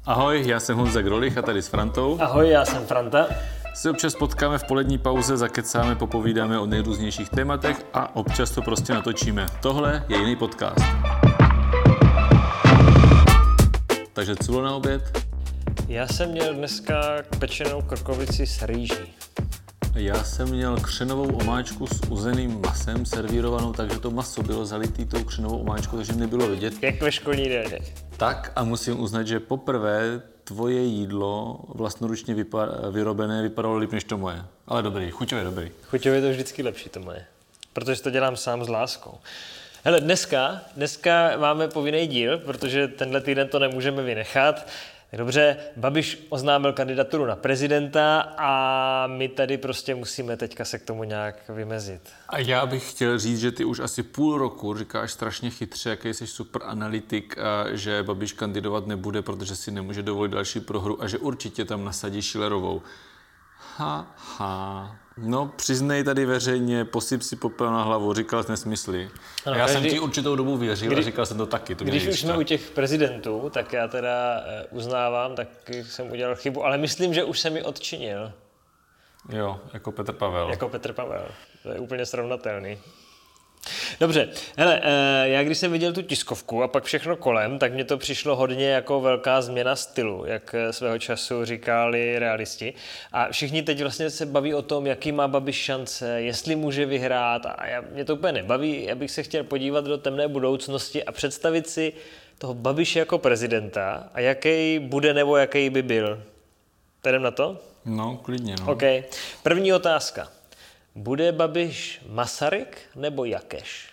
Ahoj, já jsem Honza Grolich a tady s Frantou. Ahoj, já jsem Franta. Se občas potkáme v polední pauze, zakecáme, popovídáme o nejrůznějších tématech a občas to prostě natočíme. Tohle je jiný podcast. Takže co bylo na oběd? Já jsem měl dneska pečenou krkovici s rýží. Já jsem měl křenovou omáčku s uzeným masem servírovanou, takže to maso bylo zalitý tou křenovou omáčkou, takže nebylo vidět. Jak ve školní jídelně. Tak a musím uznat, že poprvé tvoje jídlo vlastnoručně vyrobené vypadalo líp než to moje. Ale dobrý, chuťově dobrý. Chuťově to vždycky lepší to moje, protože to dělám sám s láskou. Hele, dneska máme povinný díl, protože tenhle týden to nemůžeme vynechat. Tak dobře, Babiš oznámil kandidaturu na prezidenta a my tady prostě musíme teďka se k tomu nějak vymezit. A já bych chtěl říct, že ty už asi půl roku říkáš strašně chytře, jaký jsi super analytik a že Babiš kandidovat nebude, protože si nemůže dovolit další prohru a že určitě tam nasadí Schillerovou. No, přiznej tady veřejně, posyp si popel na hlavu, říkal jsi nesmysly. Ano, já jsem ti určitou dobu věřil a říkal jsem to taky. Když už jsme u těch prezidentů, tak já teda uznávám, tak jsem udělal chybu, ale myslím, že už jsem ji odčinil. Jo, jako Petr Pavel. Jako Petr Pavel, to je úplně srovnatelný. Dobře, hele, já když jsem viděl tu tiskovku a pak všechno kolem, tak mně to přišlo hodně jako velká změna stylu, jak svého času říkali realisti. A všichni teď vlastně se baví o tom, jaký má Babiš šance, jestli může vyhrát a mě to úplně nebaví. Já bych se chtěl podívat do temné budoucnosti a představit si toho Babiše jako prezidenta a jaký bude nebo jaký by byl. Jdem na to? No, klidně, no. OK. První otázka. Bude Babiš Masaryk nebo Jakeš?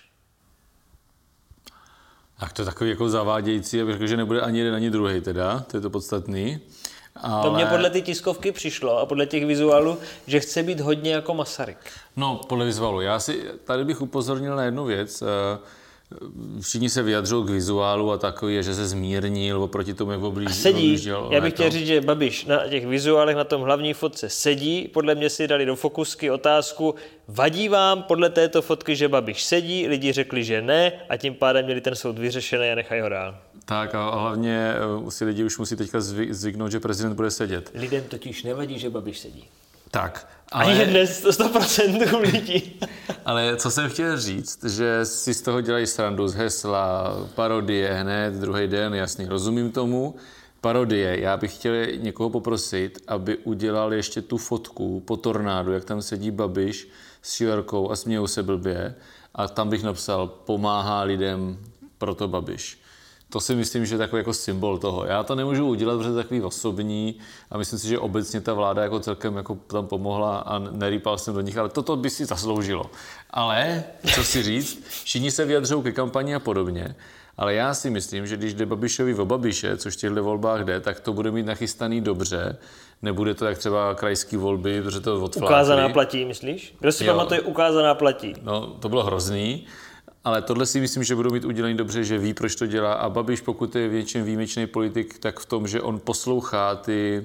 Tak to je takový jako zavádějící, abych řekl, že nebude ani jeden, ani druhý teda, to je to podstatný. Ale... To mě podle ty tiskovky přišlo a podle těch vizuálů, že chce být hodně jako Masaryk. No, podle vizuálu. Tady bych upozornil na jednu věc. Všichni se vyjadřují k vizuálu a takový, že se zmírnil oproti tomu, jak sedí. Já bych chtěl říct, že Babiš na těch vizuálech na tom hlavní fotce sedí. Podle mě si dali do fokusky otázku, vadí vám podle této fotky, že Babiš sedí? Lidi řekli, že ne a tím pádem měli ten soud vyřešený a nechají ho dál. Tak a hlavně si lidi už musí teďka zvyknout, že prezident bude sedět. Lidem totiž nevadí, že Babiš sedí. Tak. Ale... Ani dnes 100% lidí. Ale co jsem chtěl říct, že si z toho dělají srandu z hesla, parodie hned, druhý den, jasný, rozumím tomu. Parodie, já bych chtěl někoho poprosit, aby udělal ještě tu fotku po tornádu, jak tam sedí Babiš s Schillerkou a smějou se blbě a tam bych napsal, pomáhá lidem, proto Babiš. To si myslím, že je takový jako symbol toho. Já to nemůžu udělat, protože to je takový osobní a myslím si, že obecně ta vláda jako celkem jako tam pomohla a nerýpal jsem do nich, ale toto by si zasloužilo. Ale, co si říct, všichni se vyjadřují ke kampani a podobně, ale já si myslím, že když jde Babišovi o Babiše, což v těchto volbách jde, tak to bude mít nachystaný dobře. Nebude to jak třeba krajské volby, protože to odflákli. Ukázaná platí, myslíš? Kdo si pamatuje, ukázaná platí. No, to bylo hrozný. Ale tohle si myslím, že budou mít udělaný dobře, že ví, proč to dělá. A Babiš, pokud je většinou výjimečný politik, tak v tom, že on poslouchá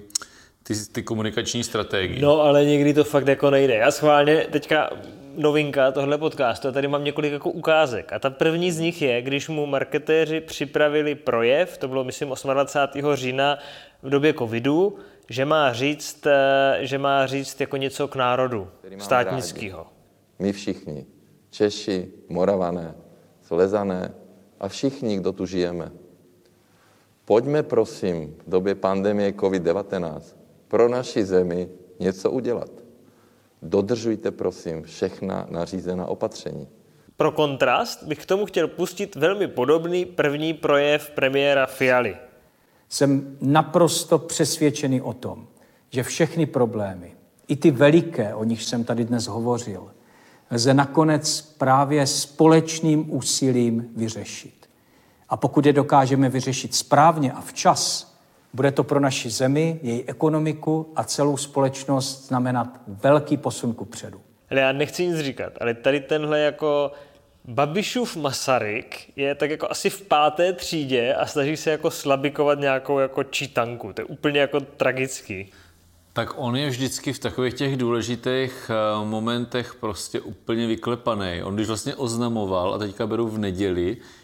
ty komunikační strategie. No, ale někdy to fakt jako nejde. Já schválně, teďka novinka tohle podcastu, a tady mám několik jako ukázek. A ta první z nich je, když mu marketéři připravili projev, to bylo myslím 28. října v době covidu, že má říct jako něco k národu státnického. My všichni. Češi, Moravané, Slezané a všichni, kdo tu žijeme. Pojďme, prosím, v době pandemie COVID-19 pro naši zemi něco udělat. Dodržujte, prosím, všechna nařízená opatření. Pro kontrast bych k tomu chtěl pustit velmi podobný první projev premiéra Fialy. Jsem naprosto přesvědčený o tom, že všechny problémy, i ty veliké, o nich jsem tady dnes hovořil, lze nakonec právě společným úsilím vyřešit. A pokud je dokážeme vyřešit správně a včas, bude to pro naši zemi, její ekonomiku a celou společnost znamenat velký posun kupředu. Ale já nechci nic říkat, ale tady tenhle jako Babišův Masaryk je tak jako asi v 5. třídě a snaží se jako slabikovat nějakou jako čítanku. To je úplně jako tragický. Tak on je vždycky v takových těch důležitých momentech prostě úplně vyklepaný. On když vlastně oznamoval, a teďka beru v neděli,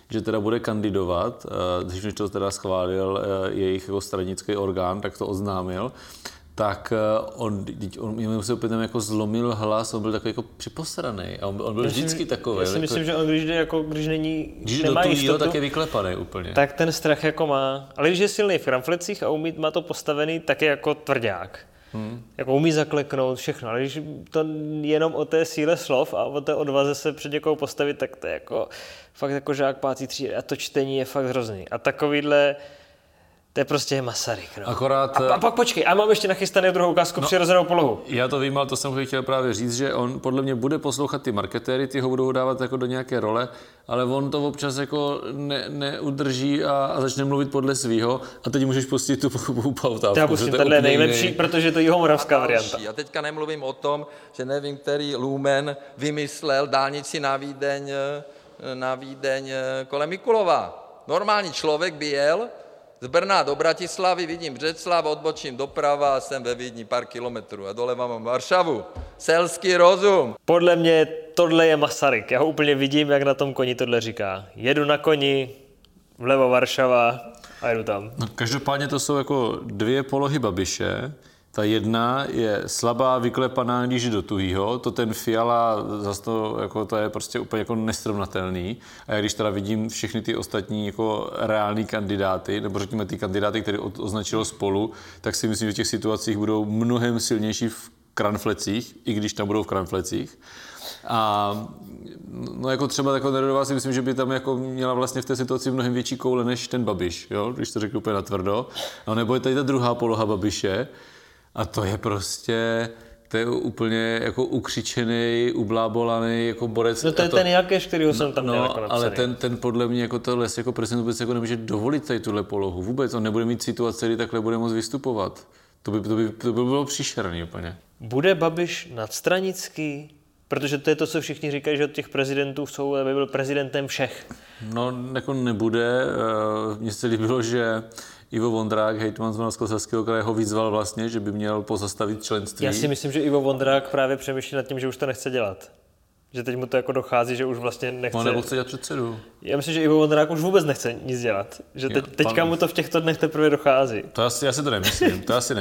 že teda bude kandidovat, když to teda schválil jejich jako stranický orgán, tak to oznámil, tak on se opět jako zlomil hlas, on byl takový jako připosraný a on byl vždycky takový. Já si myslím, že on když nemá jistotu, tak je vyklepaný úplně. Tak ten strach jako má, ale když je silný v kramflecích a má to postavený, tak je jako tvrdák. Jako umí zakleknout všechno, ale když to jenom o té síle slov a o té odvaze se před někoho postavit, tak to je jako fakt jako žák 5. třídy a to čtení je fakt hrozný. A takovýhle, to je prostě Masaryk. No. Akorát... A pak počkej, a mám ještě nachystanou druhou ukázku přirozenou polohu. Já to vím, ale to jsem chtěl právě říct, že on podle mě bude poslouchat ty marketéry, ty ho budou dávat jako do nějaké role, ale on to občas jako neudrží a začne mluvit podle svýho a teď můžeš pustit tu pautávku. Já pustím, tenhle je nejlepší, protože to je jihomoravská varianta. A teďka nemluvím o tom, že nevím, který Lumen vymyslel dálnici na Vídeň kolem Mikulova. Normální člověk by jel z Brna do Bratislavy, vidím Břeclav, odbočím doprava a jsem ve Vídni pár kilometrů a doleva mám Varšavu. Selský rozum. Podle mě tohle je Masaryk. Já ho úplně vidím, jak na tom koni tohle říká. Jedu na koni, vlevo Varšava a jedu tam. No, každopádně to jsou jako dvě polohy Babiše. Ta jedna je slabá, vyklepaná, když do tuhýho, to ten Fiala, zase to, jako, to je prostě úplně jako nesrovnatelný. A já když teda vidím všechny ty ostatní jako reální kandidáty, nebo řekněme ty kandidáty, které označilo Spolu, tak si myslím, že v těch situacích budou mnohem silnější v kranflecích, i když tam budou v kranflecích. A no jako třeba taková Nerudová si myslím, že by tam jako měla vlastně v té situaci mnohem větší koule než ten Babiš, jo? Když to řeknu úplně natvrdo. No nebo je tady ta druhá poloha Babiše, a to je prostě, to je úplně jako ukřičený, ublábolaný jako borec. No to je ten Jakeš, kterýho jsem tam měl jako napsaný. Ale ten podle mě jako tohle jako prezident vůbec jako nemůže dovolit tady tuhle polohu. Vůbec on nebude mít situaci, kdy takhle bude moct vystupovat. To by bylo příšerný úplně. Bude Babiš nadstranický? Protože to je to, co všichni říkají, že od těch prezidentů jsou, aby byl prezidentem všech. No jako nebude. Mně se líbilo, že Ivo Vondrák, hejtman z Moravskoslezského kraje, ho vyzval vlastně, že by měl pozastavit členství. Já si myslím, že Ivo Vondrák právě přemýšlí nad tím, že už to nechce dělat. Že teď mu to jako dochází, že už vlastně nechce... No nebo chce dělat předsedu. Já myslím, že Ivo Vondrák už vůbec nechce nic dělat. Že teďka mu to v těchto dnech teprve dochází. Já si to nemyslím,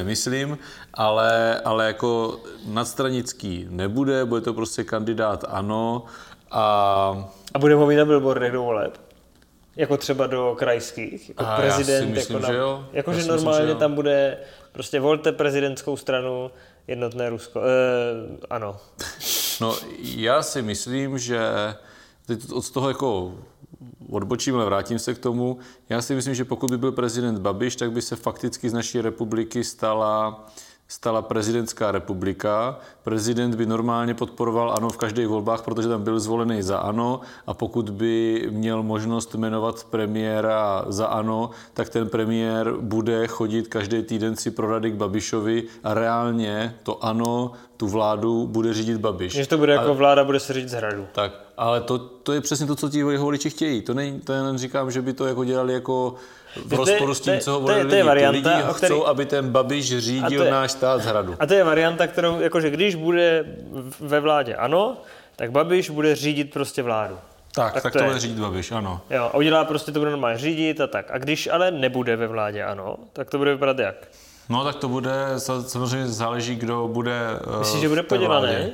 ale jako nadstranický nebude, bude to prostě kandidát ANO a bude ho mít na billboardech do voleb? Jako třeba do krajských, jako prezident, já si myslím, jako že jo. Jakože normálně tam bude prostě volte prezidentskou stranu, jednotné Rusko, ano. No já si myslím, že teď od toho jako odbočím, ale vrátím se k tomu. Já si myslím, že pokud by byl prezident Babiš, tak by se fakticky z naší republiky stala prezidentská republika. Prezident by normálně podporoval ANO v každých volbách, protože tam byl zvolený za ANO a pokud by měl možnost jmenovat premiéra za ANO, tak ten premiér bude chodit každý týden si pro rady k Babišovi a reálně to ANO, tu vládu bude řídit Babiš. Když to bude jako vláda, bude se řídit z hradu. Tak, ale to je přesně to, co ti jeho voliči chtějí. To říkám, že by to jako dělali jako v rozporu s tím, co ho volili lidi. Lidi chcou, aby ten Babiš řídil náš stát z hradu. A to je varianta, kterou, jakože když bude ve vládě ANO, tak Babiš bude řídit prostě vládu. Tak to bude řídit Babiš, ano. Jo, a udělá prostě to bude normálně řídit a tak. A když ale nebude ve vládě ANO, tak to bude vypadat jak? No tak to bude, samozřejmě záleží, kdo bude Myslíš, že bude podělané?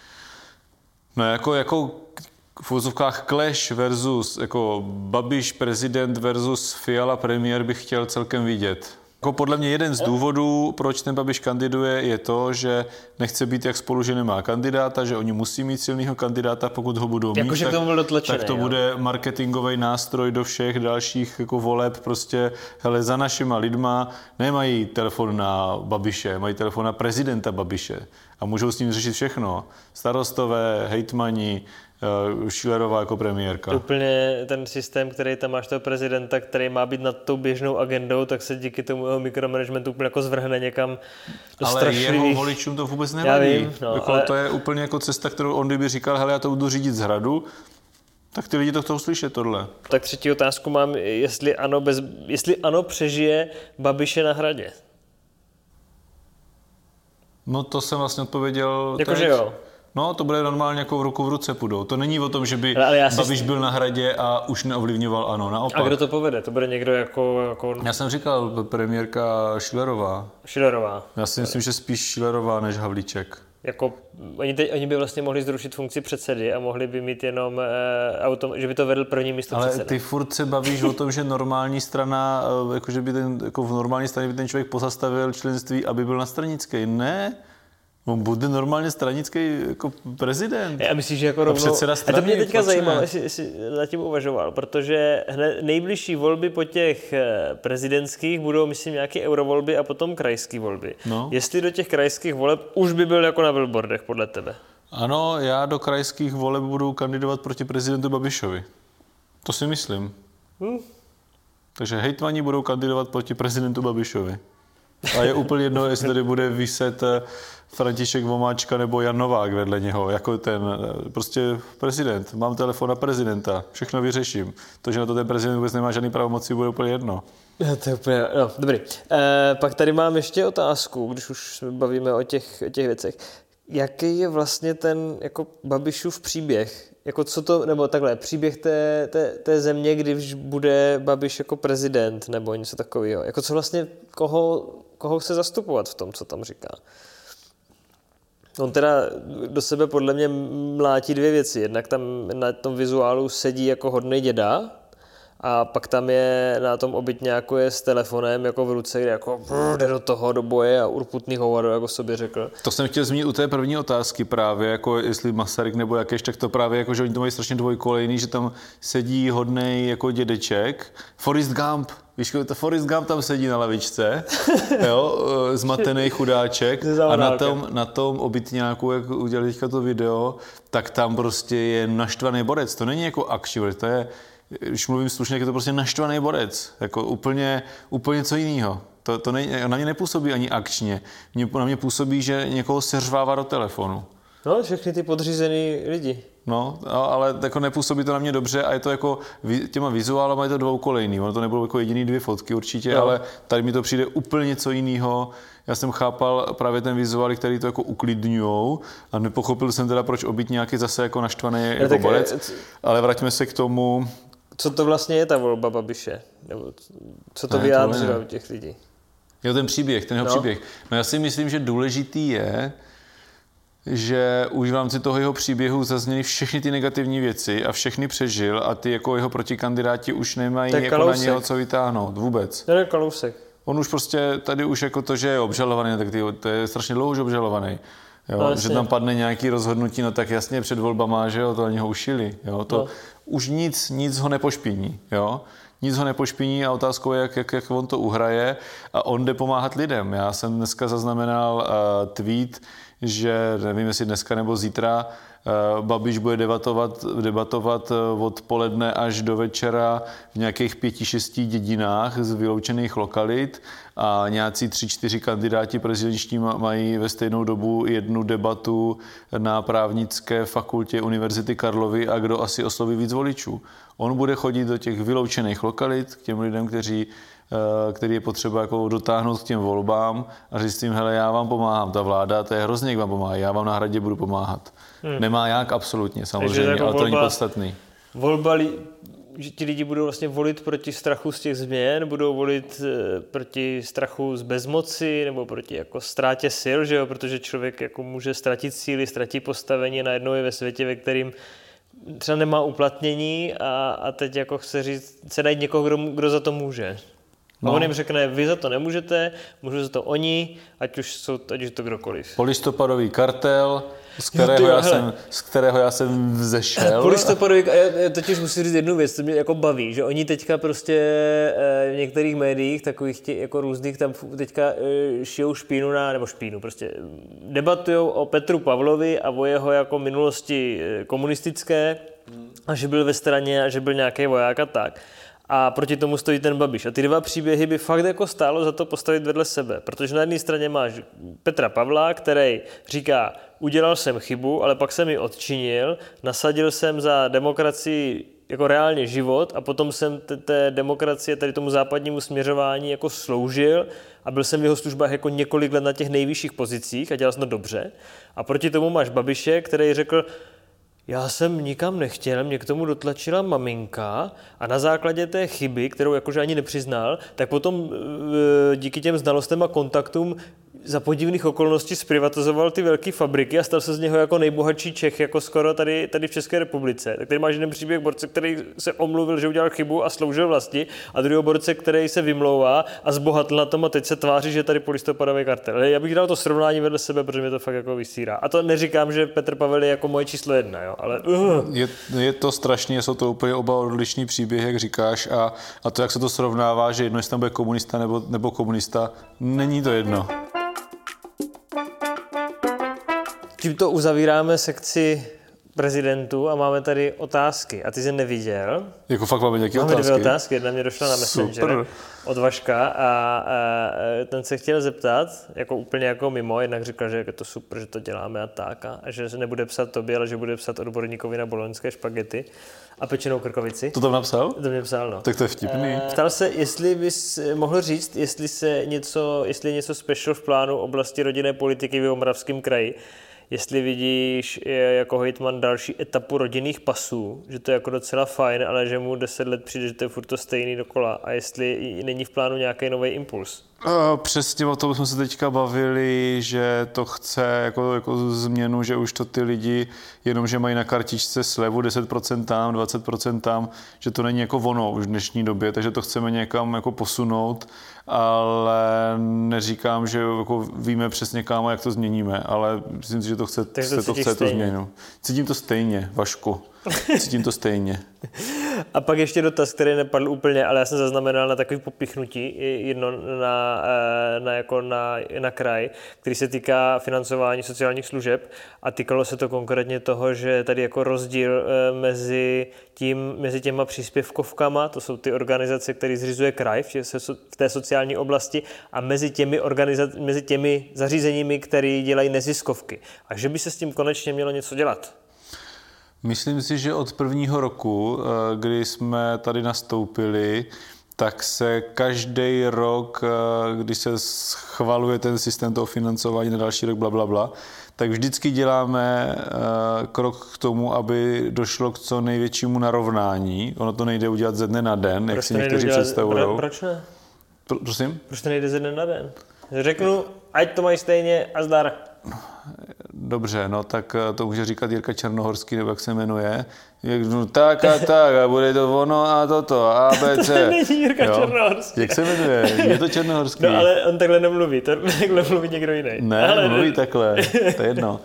No jako v úzovkách clash versus jako Babiš prezident versus Fiala premiér bych chtěl celkem vidět. Jako podle mě jeden z důvodů, proč ten Babiš kandiduje, je to, že nechce být jak Spolu, že nemá kandidáta, že oni musí mít silného kandidáta, pokud ho budou mít, tak to bude marketingový nástroj do všech dalších jako voleb. Prostě, hele, za našima lidma nemají telefon na Babiše, mají telefon na prezidenta Babiše a můžou s ním řešit všechno. Starostové, hejtmani, Schillerová jako premiérka. Úplně ten systém, který tam máš toho prezidenta, který má být nad tou běžnou agendou, tak se díky tomu jeho mikromanagementu úplně jako zvrhne někam do strašlivých... Ale jeho voličům to vůbec nevadí. Jako, ale... To je úplně jako cesta, kterou on kdyby říkal, hele, já to budu řídit z hradu, tak ty lidi to chcou slyšet tohle. Tak třetí otázku mám, jestli ANO přežije Babiše na hradě. No to jsem vlastně odpověděl Jakože jo. No, to bude normálně jako v ruku v ruce půjdou. To není o tom, že by Babiš byl na Hradě a už neovlivňoval ANO. Naopak. A kdo to povede? To bude někdo jako... Já jsem říkal premiérka Schillerová. Schillerová. Já si myslím, že spíš Schillerová než Havlíček. Jako, oni by vlastně mohli zrušit funkci předsedy a mohli by mít jenom že by to vedl první místo předseda. Ale ty furt se bavíš o tom, že normální strana, jakože by jako v normální straně by ten člověk pozastavil členství, aby byl nadstranický. Ne, on bude normálně stranický jako prezident. Já myslím, že jako rovnou... Předseda strany, a to mě teďka zajímalo, jestli nad tím uvažoval, protože hned nejbližší volby po těch prezidentských budou, myslím, nějaké eurovolby a potom krajské volby. No. Jestli do těch krajských voleb už by byl jako na billboardech, podle tebe? Ano, já do krajských voleb budu kandidovat proti prezidentu Babišovi. To si myslím. Takže hejtmani budou kandidovat proti prezidentu Babišovi. A je úplně jedno, jestli tady bude viset František Vomáčka nebo Jan Novák vedle něho, jako ten prostě prezident. Mám telefon na prezidenta, všechno vyřeším. To, že na to ten prezident vůbec nemá žádný pravomoci, bude úplně jedno. To je úplně, no, dobrý. Pak tady mám ještě otázku, když už se bavíme o těch věcech. Jaký je vlastně ten jako Babišův příběh? Jako co to, nebo takhle, příběh té země, když bude Babiš jako prezident nebo něco takového? Jako co vlastně, koho chce zastupovat v tom, co tam říká? On teda do sebe podle mě mlátí dvě věci. Jednak tam na tom vizuálu sedí jako hodnej děda a pak tam je na tom obytňáku je s telefonem jako v ruce, kde jako jde do toho, do boje a urputný hovor, jako sobě řekl. To jsem chtěl zmínit u té první otázky právě, jako jestli Masaryk nebo jakéž, tak to právě jako, že oni to mají strašně dvojkolejný, že tam sedí hodnej jako dědeček. Forrest Gump, víš, to Forrest Gump tam sedí na lavičce, jo, zmatený chudáček a na tom obytňáku, jak udělali teďka to video, tak tam prostě je naštvaný borec. To není jako akční, to je, když mluvím slušně, je to prostě naštvaný borec, jako úplně co jiného. To na mě nepůsobí ani akčně. Na mě působí, že někoho seřvává do telefonu. No, všechny ty podřízený lidi. No, ale jako nepůsobí to na mě dobře a je to jako těma vizuálama je to dvoukolejný. Ono to nebudou jako jediný dvě fotky určitě, no. Ale tady mi to přijde úplně něco jiného. Já jsem chápal právě ten vizuál, který to jako uklidňujou a nepochopil jsem teda, proč obytňák je zase jako naštvaný jako borec. Ale vraťme se k tomu. Co to vlastně je ta volba Babiše? Nebo co to vyjádřilo u těch lidí? Jo, ten příběh, ten jeho příběh. No já si myslím, že důležitý je, že už v rámci toho jeho příběhu zazněly všechny ty negativní věci a všechny přežil a ty jako jeho protikandidáti už nemají jako na něho co vytáhnout vůbec. To je Kalousek. On už prostě tady už jako to, že je obžalovaný, tak to je strašně dlouho už obžalovaný. Jo, no, že tam padne nějaký rozhodnutí, no tak jasně před volbama, že jo, to ani ho ušili. Jo, to už nic ho nepošpiní, jo. Nic ho nepošpiní a otázkou je, jak on to uhraje a on jde pomáhat lidem. Já jsem dneska zaznamenal tweet, že nevím, jestli dneska nebo zítra Babiš bude debatovat od poledne až do večera v nějakých 5-6 dědinách z vyloučených lokalit a nějací 3-4 kandidáti prezidentští mají ve stejnou dobu jednu debatu na právnické fakultě Univerzity Karlovy a kdo asi osloví víc voličů. On bude chodit do těch vyloučených lokalit k těm lidem, který je potřeba jako dotáhnout k těm volbám a říct jim, hele, já vám pomáhám, ta vláda, to je hrozně, jak vám pomáhá, já vám na Hradě budu pomáhat. Nemá jak absolutně, samozřejmě, jako ale to není podstatný. Volba, že ti lidi budou vlastně volit proti strachu z těch změn, budou volit proti strachu z bezmoci nebo proti jako ztrátě sil, že jo? Protože člověk jako může ztratit síly, ztratí postavení, najednou je ve světě, ve kterým třeba nemá uplatnění a teď jako chce najít někoho, kdo za to může. No. A on jim řekne, vy za to nemůžete, můžu za to oni, ať už je to kdokoliv. Polistopadový kartel, z kterého já jsem vzešel. Polistopadový, já totiž musím říct jednu věc, co mě jako baví, že oni teďka prostě v některých médiích, takových jako různých, tam teďka šijou špínu, prostě debatujou o Petru Pavlovi a o jeho jako minulosti komunistické a že byl ve straně a že byl nějaký voják a tak. A proti tomu stojí ten Babiš. A ty dva příběhy by fakt jako stálo za to postavit vedle sebe. Protože na jedné straně máš Petra Pavla, který říká, udělal jsem chybu, ale pak jsem ji odčinil, nasadil jsem za demokracii jako reálně život a potom jsem té demokracie, tady tomu západnímu směřování jako sloužil a byl jsem v jeho službách jako několik let na těch nejvyšších pozicích a dělal jsem to dobře. A proti tomu máš Babiše, který řekl, já jsem nikam nechtěl, mě k tomu dotlačila maminka a na základě té chyby, kterou jakože ani nepřiznal, tak potom díky těm znalostem a kontaktům za podivných okolností zprivatizoval ty velké fabriky a stal se z něho jako nejbohatší Čech, jako skoro tady v České republice. Tak tady máš jeden příběh borce, který se omluvil, že udělal chybu a sloužil vlasti, a druhého borce, který se vymlouvá a zbohatl na tom a teď se tváří, že je tady polistopadový kartel. Ale já bych dal to srovnání vedle sebe, protože mě to fakt jako vysírá. A to neříkám, že Petr Pavel je jako moje číslo 1, jo, ale Je to strašně, jsou to úplně oba odlišný příběhy, jak říkáš, a to, jak se to srovnává, že jedno, jestli tam bude komunista nebo komunista, není to jedno. Tímto uzavíráme sekci prezidentů a máme tady otázky. A ty jsi neviděl. Jako fakt máme nějaké otázky? otázky? Máme 2 otázky. Jedna mě došla na Messenger od Vaška a ten se chtěl zeptat, jako úplně jako mimo, jednak říkal, že je to super, že to děláme a tak, a že se nebude psat tobě, ale že bude psat odborníkovi na boloňské špagety a pečenou krkovici. To tam napsal? To mě psal, no. Tak to je vtipný. Ptal se, jestli bys mohl říct, jestli je něco special v plánu oblasti rodinné politiky v Jihomoravském kraji, jestli vidíš jako hejtman další etapu rodinných pasů, že to je jako docela fajn, ale že mu 10 let přijde, že to je furt to stejný dokola, a jestli není v plánu nějaký nový impuls. Přesně o tom jsme se teďka bavili, že to chce jako změnu, že už to ty lidi, jenomže mají na kartičce slevu 10% tam, 20% tam, že to není jako ono už v dnešní době, takže to chceme někam jako posunout, ale neříkám, že jako víme přesně kam a jak to změníme, ale myslím si, že to chce to změnu. Cítím to stejně, Vašku. Cítím to stejně. A pak ještě dotaz, který nepadl úplně, ale já jsem zaznamenal na takový popichnutí, jedno na kraj, který se týká financování sociálních služeb, a týkalo se to konkrétně toho, že tady jako rozdíl mezi těma příspěvkovkama, to jsou ty organizace, které zřizuje kraj v té sociální oblasti, a mezi těmi zařízeními, které dělají neziskovky. A že by se s tím konečně mělo něco dělat. Myslím si, že od prvního roku, kdy jsme tady nastoupili, tak se každý rok, když se schvaluje ten systém toho financování na další rok, blablabla, tak vždycky děláme krok k tomu, aby došlo k co největšímu narovnání. Ono to nejde udělat ze dne na den, jak si někteří představují. Proč ne? Prosím? Proč to nejde ze dne na den? Řeknu, ať to mají stejně a zdar. Dobře, no tak to může říkat Jirka Černohorský, nebo jak se jmenuje. Tak a bude to ono a toto, A, B, C. To není Jirka Černohorský. Jak se jmenuje? Je to Černohorský. No ale on takhle nemluví, takhle mluví někdo jiný. Ne, ale mluví takhle, to je jedno.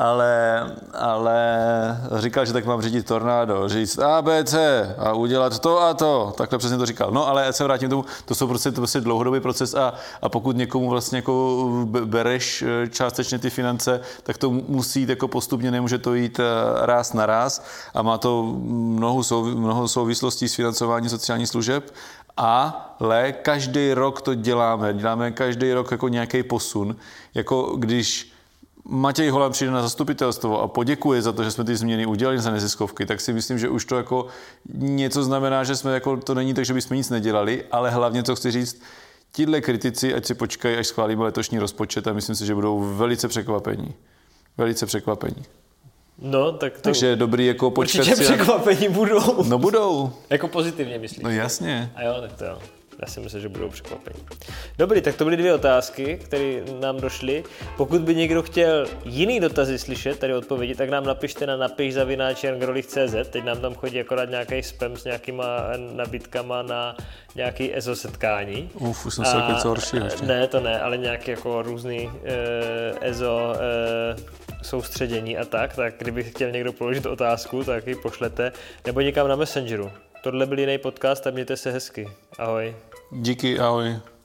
Ale říkal, že tak mám řídit tornádo, říct A, B, C a udělat to a to. Takhle přesně to říkal. No ale já se vrátím k tomu, to jsou prostě dlouhodobý proces a pokud někomu vlastně jako bereš částečně ty finance, tak to musí jít jako postupně, nemůže to jít ráz na ráz, a má to mnoho souvislostí s financováním sociálních služeb. Ale každý rok to děláme každý rok jako nějaký posun. Jako když Matěj Holan přijde na zastupitelstvo a poděkuje za to, že jsme ty změny udělali za neziskovky, tak si myslím, že už to jako něco znamená, že jsme jako, to není tak, že bychom nic nedělali, ale hlavně, co chci říct, tihle kritici, ať si počkají, až schválíme letošní rozpočet, a myslím si, že budou velice překvapení. Velice překvapení. No, tak to... Takže dobrý jako počkat si... Určitě překvapení budou. No budou. Jako pozitivně myslíš? No jasně. A jo, tak to jo. Já si myslím, že budou překvapení. Dobrý, tak to byly 2 otázky, které nám došly. Pokud by někdo chtěl jiný dotazy slyšet, tady odpovědi, tak nám napište na napiš@jangrolich.cz. Teď nám tam chodí akorát nějaký spam s nějakýma nabídkama na nějaký EZO setkání. Už jsem se takový co horšího. Ne, to ne, ale nějaký jako různý EZO soustředění a tak kdyby chtěl někdo položit otázku, tak ji pošlete, nebo někam na Messengeru. Tohle byl jiný podcast a mějte se hezky. Ahoj. Díky, ahoj.